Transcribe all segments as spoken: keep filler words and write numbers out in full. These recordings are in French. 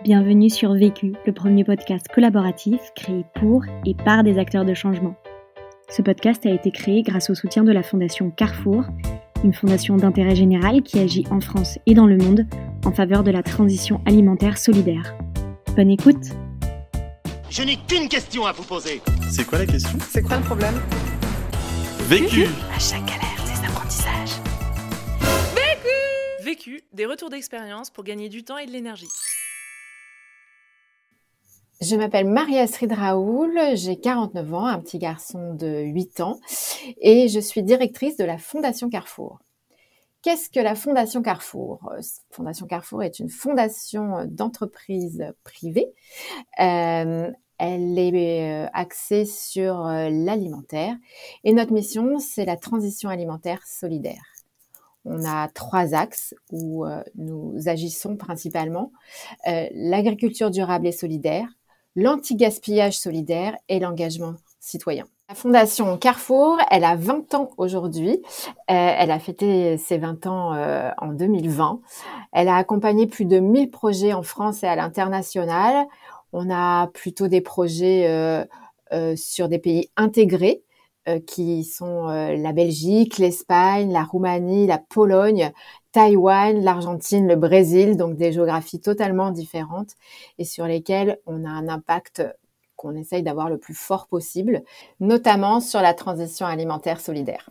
Bienvenue sur Vécu, le premier podcast collaboratif créé pour et par des acteurs de changement. Ce podcast a été créé grâce au soutien de la Fondation Carrefour, une fondation d'intérêt général qui agit en France et dans le monde en faveur de la transition alimentaire solidaire. Bonne écoute! Je n'ai qu'une question à vous poser. C'est quoi la question? C'est quoi le problème? Vécu. À chaque galère, des apprentissages. Vécu Vécu, des retours d'expérience pour gagner du temps et de l'énergie. Je m'appelle Marie-Astrid Raoul, j'ai quarante-neuf ans, un petit garçon de huit ans et je suis directrice de la Fondation Carrefour. Qu'est-ce que la Fondation Carrefour? La Fondation Carrefour est une fondation d'entreprise privée. Euh, elle est axée sur l'alimentaire et notre mission, c'est la transition alimentaire solidaire. On a trois axes où euh, nous agissons principalement. Euh, l'agriculture durable et solidaire, l'anti-gaspillage solidaire et l'engagement citoyen. La Fondation Carrefour, elle a vingt ans aujourd'hui. Euh, elle a fêté ses vingt ans euh, en deux mille vingt. Elle a accompagné plus de mille projets en France et à l'international. On a plutôt des projets euh, euh, sur des pays intégrés, euh, qui sont euh, la Belgique, l'Espagne, la Roumanie, la Pologne, Taïwan, l'Argentine, le Brésil, donc des géographies totalement différentes et sur lesquelles on a un impact qu'on essaye d'avoir le plus fort possible, notamment sur la transition alimentaire solidaire.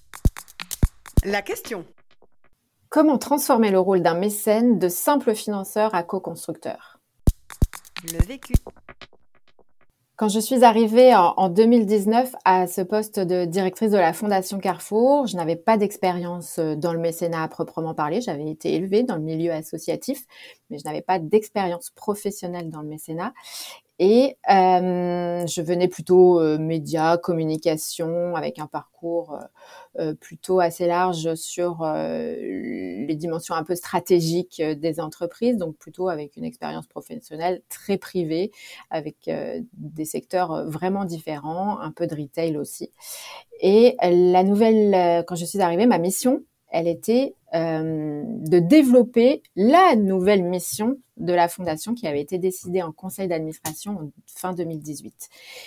La question. Comment transformer le rôle d'un mécène de simple financeur à co-constructeur? Le vécu. Quand je suis arrivée en, en deux mille dix-neuf à ce poste de directrice de la Fondation Carrefour, je n'avais pas d'expérience dans le mécénat à proprement parler. J'avais été élevée dans le milieu associatif, mais je n'avais pas d'expérience professionnelle dans le mécénat. Et euh, je venais plutôt euh, médias, communication, avec un parcours euh, plutôt assez large sur euh, les dimensions un peu stratégiques des entreprises, donc plutôt avec une expérience professionnelle très privée, avec euh, des secteurs vraiment différents, un peu de retail aussi. Et la nouvelle, quand je suis arrivée, ma mission, elle était euh, de développer la nouvelle mission de la Fondation qui avait été décidée en conseil d'administration en fin deux mille dix-huit.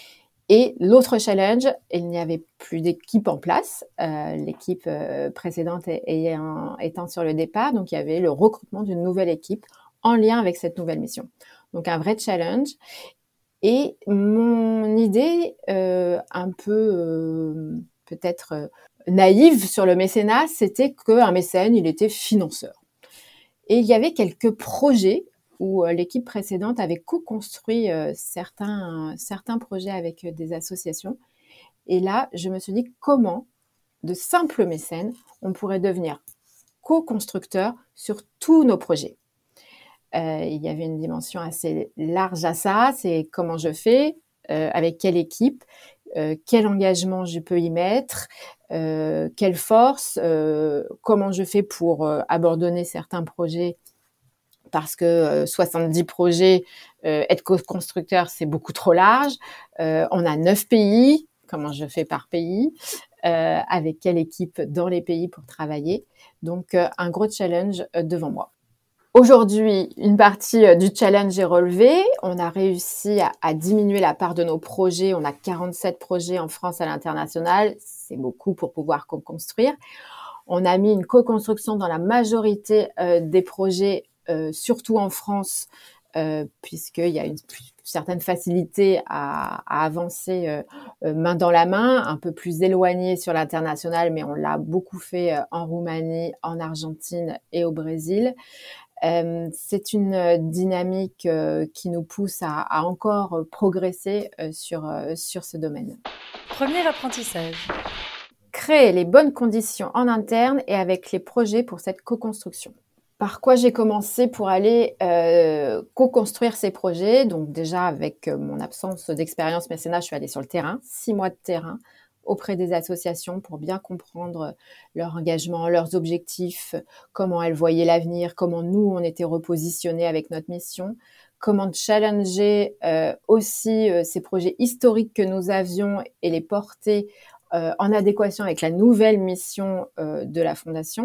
Et l'autre challenge, il n'y avait plus d'équipe en place, euh, l'équipe euh, précédente ayant, étant sur le départ, donc il y avait le recrutement d'une nouvelle équipe en lien avec cette nouvelle mission. Donc un vrai challenge. Et mon idée, euh, un peu euh, peut-être euh, naïve sur le mécénat, c'était qu'un mécène, il était financeur. Et il y avait quelques projets où euh, l'équipe précédente avait co-construit euh, certains, euh, certains projets avec euh, des associations. Et là, je me suis dit comment, de simples mécènes, on pourrait devenir co-constructeur sur tous nos projets. Euh, il y avait une dimension assez large à ça, c'est comment je fais, euh, avec quelle équipe, euh, quel engagement je peux y mettre, euh, quelle force, euh, comment je fais pour euh, abandonner certains projets parce que euh, soixante-dix projets, euh, être co-constructeur, c'est beaucoup trop large. Euh, on a neuf pays, comment je fais par pays, euh, avec quelle équipe dans les pays pour travailler. Donc, euh, un gros challenge euh, devant moi. Aujourd'hui, une partie du challenge est relevée. On a réussi à, à diminuer la part de nos projets. On a quarante-sept projets en France à l'international. C'est beaucoup pour pouvoir co-construire. On a mis une co-construction dans la majorité euh, des projets, euh, surtout en France, euh, puisqu'il y a une certaine facilité à, à avancer euh, euh, main dans la main, un peu plus éloigné sur l'international, mais on l'a beaucoup fait euh, en Roumanie, en Argentine et au Brésil. Euh, c'est une dynamique euh, qui nous pousse à, à encore progresser euh, sur, euh, sur ce domaine. Premier apprentissage. Créer les bonnes conditions en interne et avec les projets pour cette co-construction. Par quoi j'ai commencé pour aller euh, co-construire ces projets? Donc déjà, avec mon absence d'expérience mécénat, je suis allée sur le terrain, six mois de terrain, auprès des associations pour bien comprendre leur engagement, leurs objectifs, comment elles voyaient l'avenir, comment nous, on était repositionnés avec notre mission, comment challenger euh, aussi euh, ces projets historiques que nous avions et les porter euh, en adéquation avec la nouvelle mission euh, de la Fondation.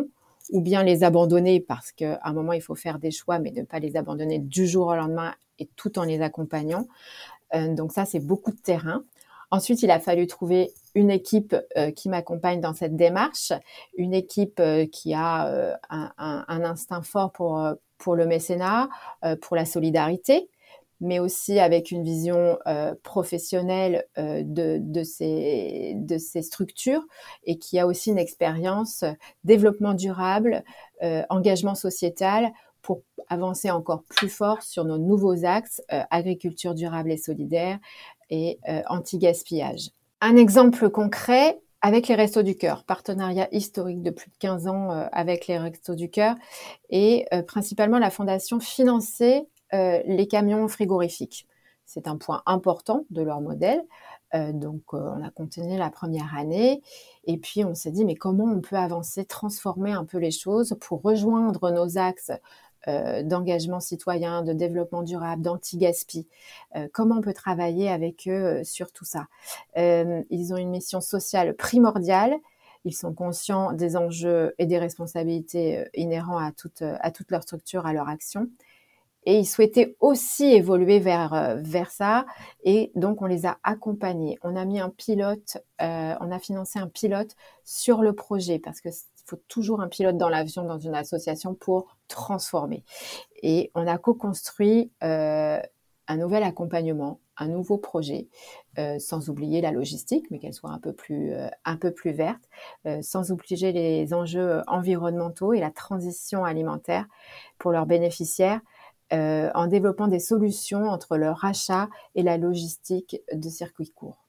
ou bien les abandonner parce qu'à un moment, il faut faire des choix, mais ne pas les abandonner du jour au lendemain et tout en les accompagnant. Euh, donc ça, c'est beaucoup de terrain. Ensuite, il a fallu trouver une équipe euh, qui m'accompagne dans cette démarche, une équipe euh, qui a euh, un, un, un instinct fort pour, euh, pour le mécénat, euh, pour la solidarité, mais aussi avec une vision euh, professionnelle euh, de, de, ces, de ces structures et qui a aussi une expérience euh, développement durable, euh, engagement sociétal pour avancer encore plus fort sur nos nouveaux axes, euh, agriculture durable et solidaire et euh, anti-gaspillage. Un exemple concret avec les Restos du Cœur, partenariat historique de plus de quinze ans euh, avec les Restos du Cœur et euh, principalement la fondation finançait euh, les camions frigorifiques. C'est un point important de leur modèle. Euh, donc, euh, on a continué la première année et puis on s'est dit mais comment on peut avancer, transformer un peu les choses pour rejoindre nos axes Euh, d'engagement citoyen, de développement durable, d'anti-gaspi. Euh, comment on peut travailler avec eux euh, sur tout ça. Euh, ils ont une mission sociale primordiale. Ils sont conscients des enjeux et des responsabilités euh, inhérents à toute, euh, à toute leur structure, à leur action. Et ils souhaitaient aussi évoluer vers, euh, vers ça. Et donc, on les a accompagnés. On a mis un pilote, euh, on a financé un pilote sur le projet parce que il faut toujours un pilote dans l'avion dans une association pour transformer. Et on a co-construit euh, un nouvel accompagnement, un nouveau projet, euh, sans oublier la logistique, mais qu'elle soit un peu plus, euh, un peu plus verte, euh, sans oublier les enjeux environnementaux et la transition alimentaire pour leurs bénéficiaires, euh, en développant des solutions entre leur rachat et la logistique de circuits courts.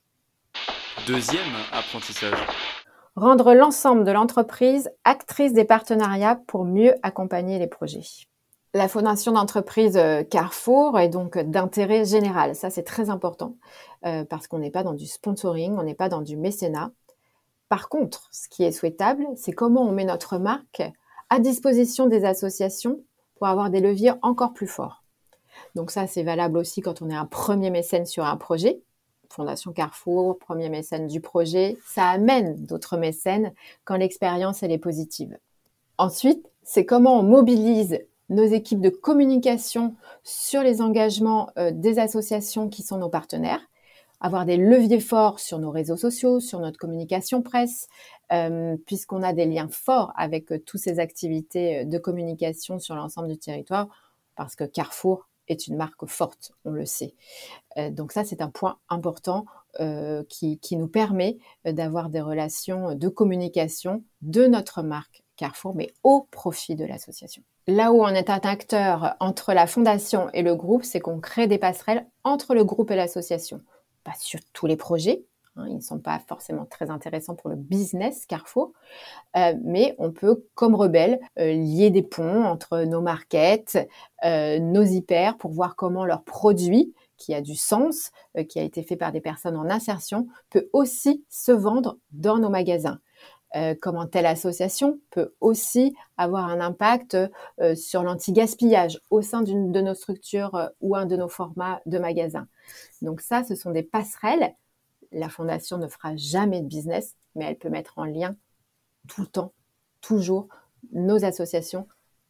Deuxième apprentissage. Rendre l'ensemble de l'entreprise actrice des partenariats pour mieux accompagner les projets. La fondation d'entreprise Carrefour est donc d'intérêt général. Ça, c'est très important euh, parce qu'on n'est pas dans du sponsoring, on n'est pas dans du mécénat. Par contre, ce qui est souhaitable, c'est comment on met notre marque à disposition des associations pour avoir des leviers encore plus forts. Donc ça, c'est valable aussi quand on est un premier mécène sur un projet. Fondation Carrefour, premier mécène du projet, ça amène d'autres mécènes quand l'expérience elle est positive. Ensuite, c'est comment on mobilise nos équipes de communication sur les engagements euh, des associations qui sont nos partenaires, avoir des leviers forts sur nos réseaux sociaux, sur notre communication presse, euh, puisqu'on a des liens forts avec euh, toutes ces activités de communication sur l'ensemble du territoire, parce que Carrefour est une marque forte, on le sait. Euh, donc ça, c'est un point important euh, qui, qui nous permet d'avoir des relations de communication de notre marque Carrefour, mais au profit de l'association. Là où on est un acteur entre la fondation et le groupe, c'est qu'on crée des passerelles entre le groupe et l'association. Pas sur tous les projets, hein, ils ne sont pas forcément très intéressants pour le business Carrefour, euh, mais on peut, comme Rebelle, euh, lier des ponts entre nos markets, euh, nos hyper, pour voir comment leur produit, qui a du sens, euh, qui a été fait par des personnes en insertion, peut aussi se vendre dans nos magasins. Euh, comment telle association peut aussi avoir un impact euh, sur l'anti-gaspillage au sein d'une de nos structures euh, ou un de nos formats de magasins. Donc ça, ce sont des passerelles. La fondation ne fera jamais de business, mais elle peut mettre en lien tout le temps, toujours, nos associations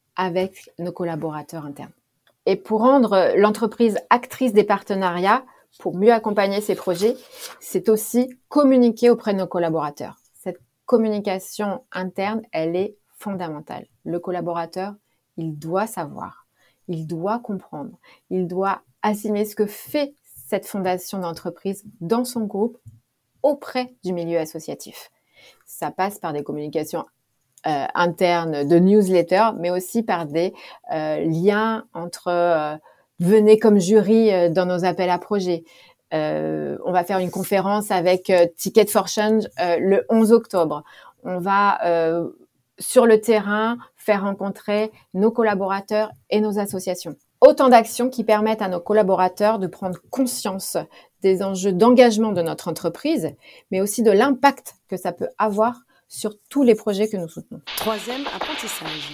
avec nos collaborateurs internes. Et pour rendre l'entreprise actrice des partenariats, pour mieux accompagner ces projets, c'est aussi communiquer auprès de nos collaborateurs. Cette communication interne, elle est fondamentale. Le collaborateur, il doit savoir, il doit comprendre, il doit assimiler ce que fait cette fondation d'entreprise dans son groupe auprès du milieu associatif. Ça passe par des communications euh, internes de newsletters, mais aussi par des euh, liens entre euh, venez comme jury euh, dans nos appels à projets. Euh, on va faire une conférence avec euh, Ticket for Change euh, le onze octobre. On va euh, sur le terrain faire rencontrer nos collaborateurs et nos associations. Autant d'actions qui permettent à nos collaborateurs de prendre conscience des enjeux d'engagement de notre entreprise, mais aussi de l'impact que ça peut avoir sur tous les projets que nous soutenons. Troisième apprentissage.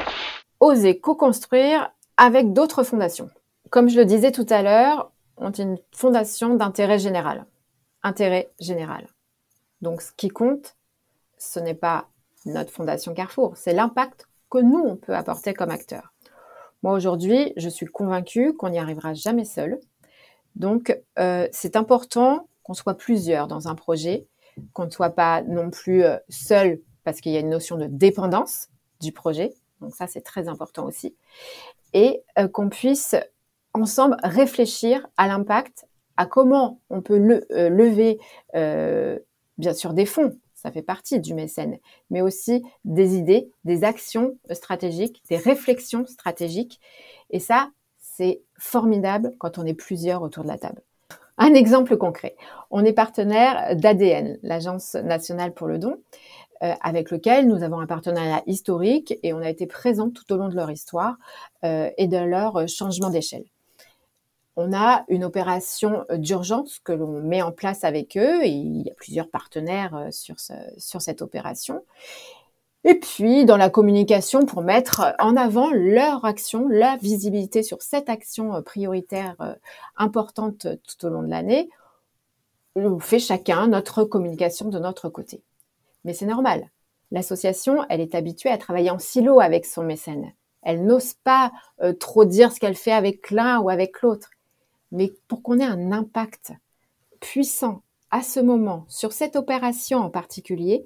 Oser co-construire avec d'autres fondations. Comme je le disais tout à l'heure, on est une fondation d'intérêt général. Intérêt général. Donc, ce qui compte, ce n'est pas notre Fondation Carrefour. C'est l'impact que nous, on peut apporter comme acteurs. Moi, aujourd'hui, je suis convaincue qu'on n'y arrivera jamais seul. Donc, euh, c'est important qu'on soit plusieurs dans un projet, qu'on ne soit pas non plus euh, seul parce qu'il y a une notion de dépendance du projet. Donc ça, c'est très important aussi. Et euh, qu'on puisse ensemble réfléchir à l'impact, à comment on peut le, euh, lever, euh, bien sûr, des fonds. Ça fait partie du mécène, mais aussi des idées, des actions stratégiques, des réflexions stratégiques. Et ça, c'est formidable quand on est plusieurs autour de la table. Un exemple concret. On est partenaire d'A D N, l'Agence nationale pour le don, euh, avec lequel nous avons un partenariat historique et on a été présents tout au long de leur histoire euh, et de leur changement d'échelle. On a une opération d'urgence que l'on met en place avec eux et il y a plusieurs partenaires sur, ce, sur cette opération. Et puis, dans la communication, pour mettre en avant leur action, la visibilité sur cette action prioritaire importante tout au long de l'année, on fait chacun notre communication de notre côté. Mais c'est normal. L'association, elle est habituée à travailler en silo avec son mécène. Elle n'ose pas euh, trop dire ce qu'elle fait avec l'un ou avec l'autre. Mais pour qu'on ait un impact puissant à ce moment sur cette opération en particulier,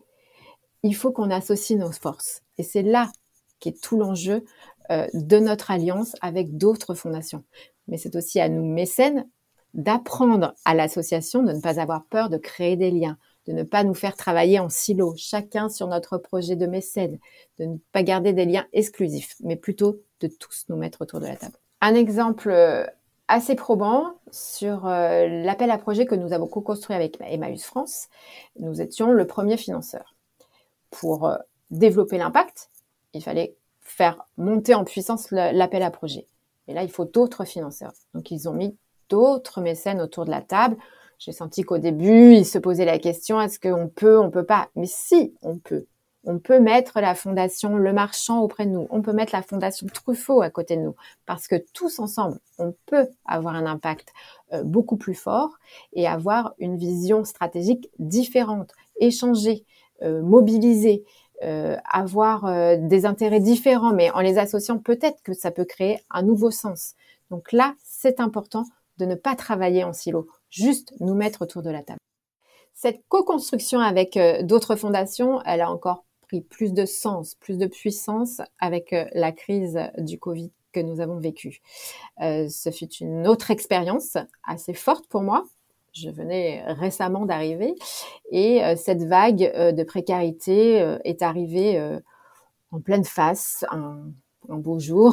il faut qu'on associe nos forces. Et c'est là qu'est tout l'enjeu euh, de notre alliance avec d'autres fondations. Mais c'est aussi à nous, mécènes, d'apprendre à l'association de ne pas avoir peur de créer des liens, de ne pas nous faire travailler en silo, chacun sur notre projet de mécène, de ne pas garder des liens exclusifs, mais plutôt de tous nous mettre autour de la table. Un exemple assez probant sur euh, l'appel à projet que nous avons co-construit avec Emmaüs France. Nous étions le premier financeur. Pour euh, développer l'impact, il fallait faire monter en puissance le, l'appel à projet. Et là, il faut d'autres financeurs. Donc, ils ont mis d'autres mécènes autour de la table. J'ai senti qu'au début, ils se posaient la question, est-ce qu'on peut, on peut pas? Mais si, on peut. On peut mettre la fondation Le Marchand auprès de nous. On peut mettre la fondation Truffaut à côté de nous. Parce que tous ensemble, on peut avoir un impact euh, beaucoup plus fort et avoir une vision stratégique différente, échanger, euh, mobiliser, euh, avoir euh, des intérêts différents. Mais en les associant, peut-être que ça peut créer un nouveau sens. Donc là, c'est important de ne pas travailler en silo, juste nous mettre autour de la table. Cette co-construction avec euh, d'autres fondations, elle a encore pris plus de sens, plus de puissance avec euh, la crise du Covid que nous avons vécue. Euh, ce fut une autre expérience assez forte pour moi. Je venais récemment d'arriver et euh, cette vague euh, de précarité euh, est arrivée euh, en pleine face, un, un beau jour,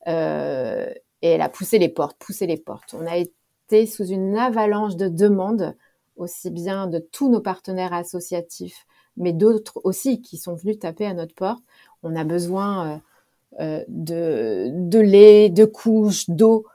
euh, et elle a poussé les portes, poussé les portes. On a été sous une avalanche de demandes, aussi bien de tous nos partenaires associatifs, mais d'autres aussi qui sont venus taper à notre porte. On a besoin euh, euh, de, de lait, de couches, d'eau.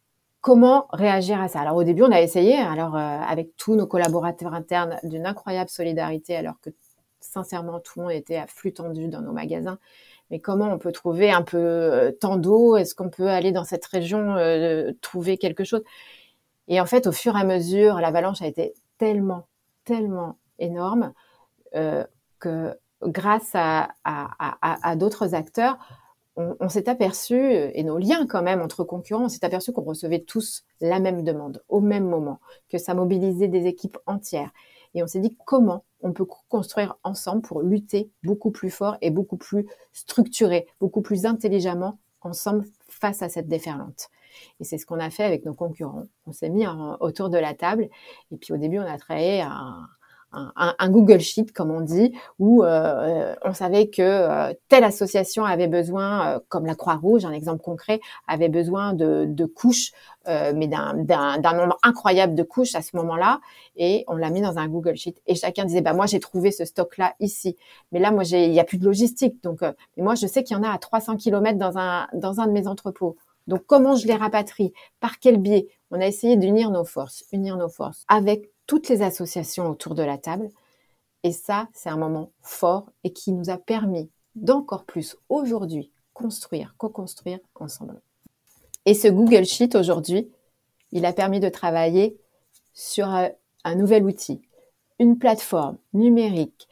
Comment réagir à ça? Alors au début, on a essayé, alors euh, avec tous nos collaborateurs internes, d'une incroyable solidarité, alors que sincèrement, tout le monde était à flux tendu dans nos magasins. Mais comment on peut trouver un peu euh, tant d'eau? Est-ce qu'on peut aller dans cette région euh, trouver quelque chose? Et en fait, au fur et à mesure, l'avalanche a été tellement, tellement énorme euh, que grâce à, à, à, à d'autres acteurs, on, on s'est aperçu, et nos liens quand même entre concurrents, on s'est aperçu qu'on recevait tous la même demande au même moment, que ça mobilisait des équipes entières. Et on s'est dit comment on peut construire ensemble pour lutter beaucoup plus fort et beaucoup plus structuré, beaucoup plus intelligemment ensemble face à cette déferlante. Et c'est ce qu'on a fait avec nos concurrents. On s'est mis en, autour de la table et puis au début, on a créé un, un, un Google Sheet, comme on dit, où euh, on savait que euh, telle association avait besoin, euh, comme la Croix-Rouge, un exemple concret, avait besoin de, de couches, euh, mais d'un, d'un, d'un nombre incroyable de couches à ce moment-là. Et on l'a mis dans un Google Sheet. Et chacun disait, bah moi j'ai trouvé ce stock-là ici, mais là moi j'ai, il y a plus de logistique. Donc, euh, mais moi je sais qu'il y en a à trois cents kilomètres dans un dans un de mes entrepôts. Donc, comment je les rapatrie? Par quel biais? On a essayé d'unir nos forces, unir nos forces avec toutes les associations autour de la table. Et ça, c'est un moment fort et qui nous a permis d'encore plus aujourd'hui construire, co-construire ensemble. Et ce Google Sheet aujourd'hui, il a permis de travailler sur un nouvel outil, une plateforme numérique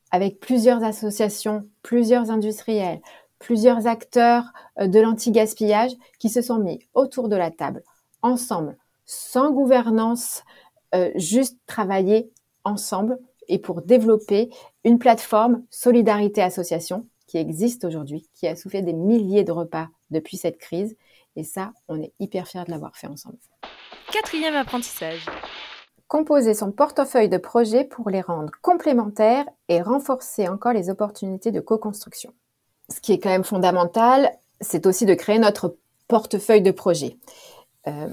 avec plusieurs associations, plusieurs industriels, plusieurs acteurs de l'anti-gaspillage qui se sont mis autour de la table, ensemble, sans gouvernance, euh, juste travailler ensemble et pour développer une plateforme Solidarité Association qui existe aujourd'hui, qui a soufflé des milliers de repas depuis cette crise. Et ça, on est hyper fiers de l'avoir fait ensemble. Quatrième apprentissage. Composer son portefeuille de projets pour les rendre complémentaires et renforcer encore les opportunités de co-construction. Ce qui est quand même fondamental, c'est aussi de créer notre portefeuille de projets. Euh,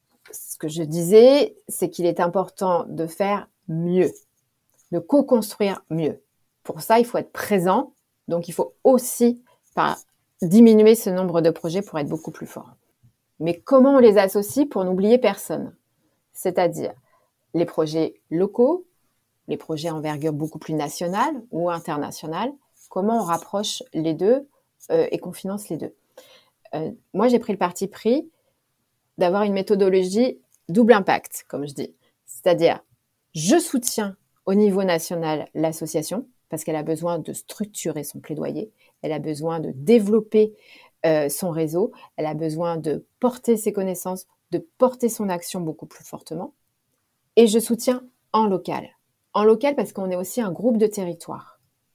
ce que je disais, c'est qu'il est important de faire mieux, de co-construire mieux. Pour ça, il faut être présent, donc il faut aussi pas diminuer ce nombre de projets pour être beaucoup plus fort. Mais comment on les associe pour n'oublier personne ? C'est-à-dire les projets locaux, les projets à envergure beaucoup plus nationale ou internationale, comment on rapproche les deux euh, et qu'on finance les deux. Euh, moi, j'ai pris le parti pris d'avoir une méthodologie double impact, comme je dis. C'est-à-dire, je soutiens au niveau national l'association parce qu'elle a besoin de structurer son plaidoyer, elle a besoin de développer euh, son réseau, elle a besoin de porter ses connaissances, de porter son action beaucoup plus fortement. Et je soutiens en local. En local parce qu'on est aussi un groupe de territoire.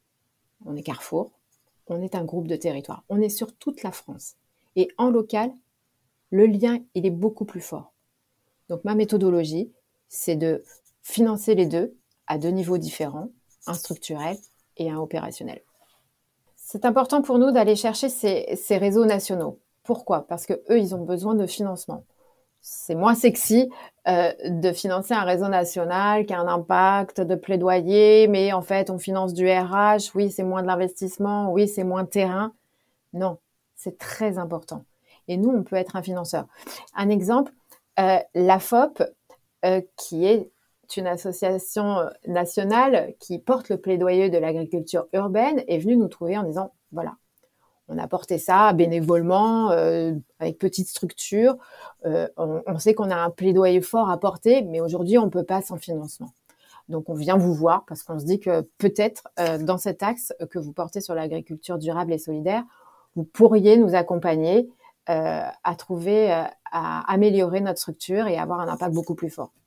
On est Carrefour, on est un groupe de territoire. On est sur toute la France. Et en local, le lien, il est beaucoup plus fort. Donc ma méthodologie, c'est de financer les deux à deux niveaux différents, un structurel et un opérationnel. C'est important pour nous d'aller chercher ces, ces réseaux nationaux. Pourquoi ? Parce que eux, ils ont besoin de financement. C'est moins sexy euh, de financer un réseau national qui a un impact de plaidoyer, mais en fait, on finance du R H. Oui, c'est moins de l'investissement. Oui, c'est moins de terrain. Non, c'est très important. Et nous, on peut être un financeur. Un exemple, euh, la F O P, euh, qui est une association nationale qui porte le plaidoyer de l'agriculture urbaine, est venue nous trouver en disant, voilà, on a porté ça bénévolement, euh, avec petite structure. Euh, on, on sait qu'on a un plaidoyer fort à porter, mais aujourd'hui, on ne peut pas sans financement. Donc, on vient vous voir parce qu'on se dit que peut-être, euh, dans cet axe que vous portez sur l'agriculture durable et solidaire, vous pourriez nous accompagner euh, à trouver, euh, à améliorer notre structure et avoir un impact beaucoup plus fort.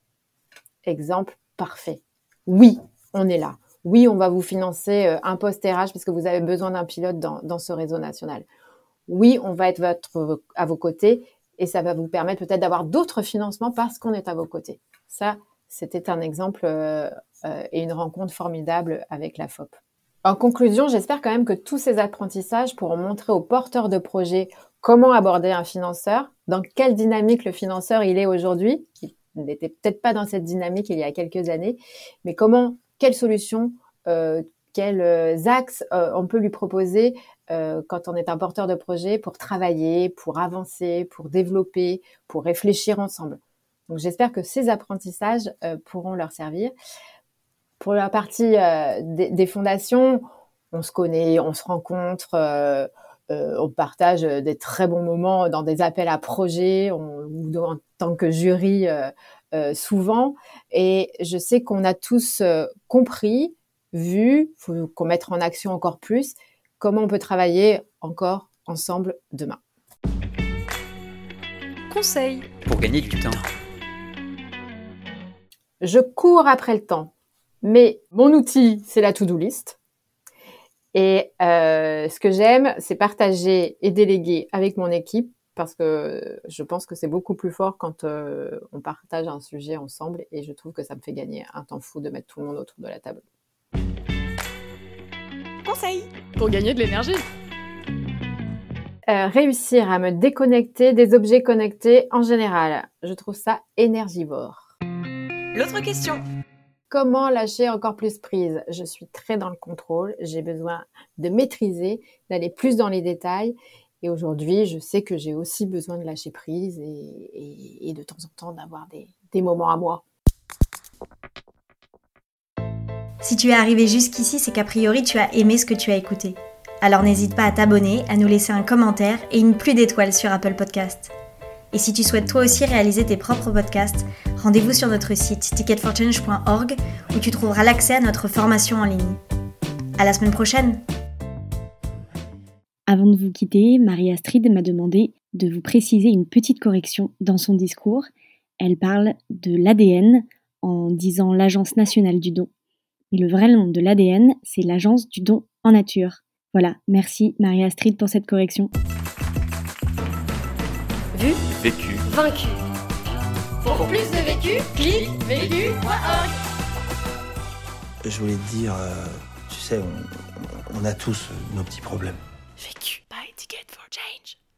Exemple parfait. Oui, on est là. Oui, on va vous financer un poste R H parce que vous avez besoin d'un pilote dans, dans ce réseau national. Oui, on va être votre, à vos côtés et ça va vous permettre peut-être d'avoir d'autres financements parce qu'on est à vos côtés. Ça, c'était un exemple euh, euh, et une rencontre formidable avec la F O P. En conclusion, j'espère quand même que tous ces apprentissages pourront montrer aux porteurs de projets comment aborder un financeur, dans quelle dynamique le financeur il est aujourd'hui. Il n'était peut-être pas dans cette dynamique il y a quelques années, mais comment, quelles solutions, euh, quels axes euh, on peut lui proposer euh, quand on est un porteur de projet pour travailler, pour avancer, pour développer, pour réfléchir ensemble. Donc j'espère que ces apprentissages euh, pourront leur servir. Pour la partie euh, des, des fondations, on se connaît, on se rencontre, euh, euh, on partage des très bons moments dans des appels à projets, on, ou en tant que jury euh, euh, souvent. Et je sais qu'on a tous euh, compris, vu, faut qu'on mette en action encore plus, comment on peut travailler encore ensemble demain. Conseil pour gagner du temps. Je cours après le temps, mais mon outil, c'est la to-do list. Et euh, ce que j'aime, c'est partager et déléguer avec mon équipe parce que je pense que c'est beaucoup plus fort quand euh, on partage un sujet ensemble et je trouve que ça me fait gagner un temps fou de mettre tout le monde autour de la table. Conseil pour gagner de l'énergie. Euh, réussir à me déconnecter des objets connectés en général. Je trouve ça énergivore. L'autre question. Comment lâcher encore plus prise ? Je suis très dans le contrôle, j'ai besoin de maîtriser, d'aller plus dans les détails. Et aujourd'hui, je sais que j'ai aussi besoin de lâcher prise et, et, et de temps en temps d'avoir des, des moments à moi. Si tu es arrivé jusqu'ici, c'est qu'a priori tu as aimé ce que tu as écouté. Alors n'hésite pas à t'abonner, à nous laisser un commentaire et une pluie d'étoiles sur Apple Podcasts. Et si tu souhaites toi aussi réaliser tes propres podcasts, rendez-vous sur notre site ticket for change point org où tu trouveras l'accès à notre formation en ligne. À la semaine prochaine. Avant de vous quitter, Marie-Astrid m'a demandé de vous préciser une petite correction dans son discours. Elle parle de l'A D N en disant l'Agence nationale du don. Mais le vrai nom de l'A D N, c'est l'Agence du don en nature. Voilà, merci Marie-Astrid pour cette correction. Vu, Vécu. vaincu. Pour plus de vécu, clique vécu point org. Je voulais te dire, euh, tu sais, on, on a tous nos petits problèmes. Vécu. Buy ticket for change.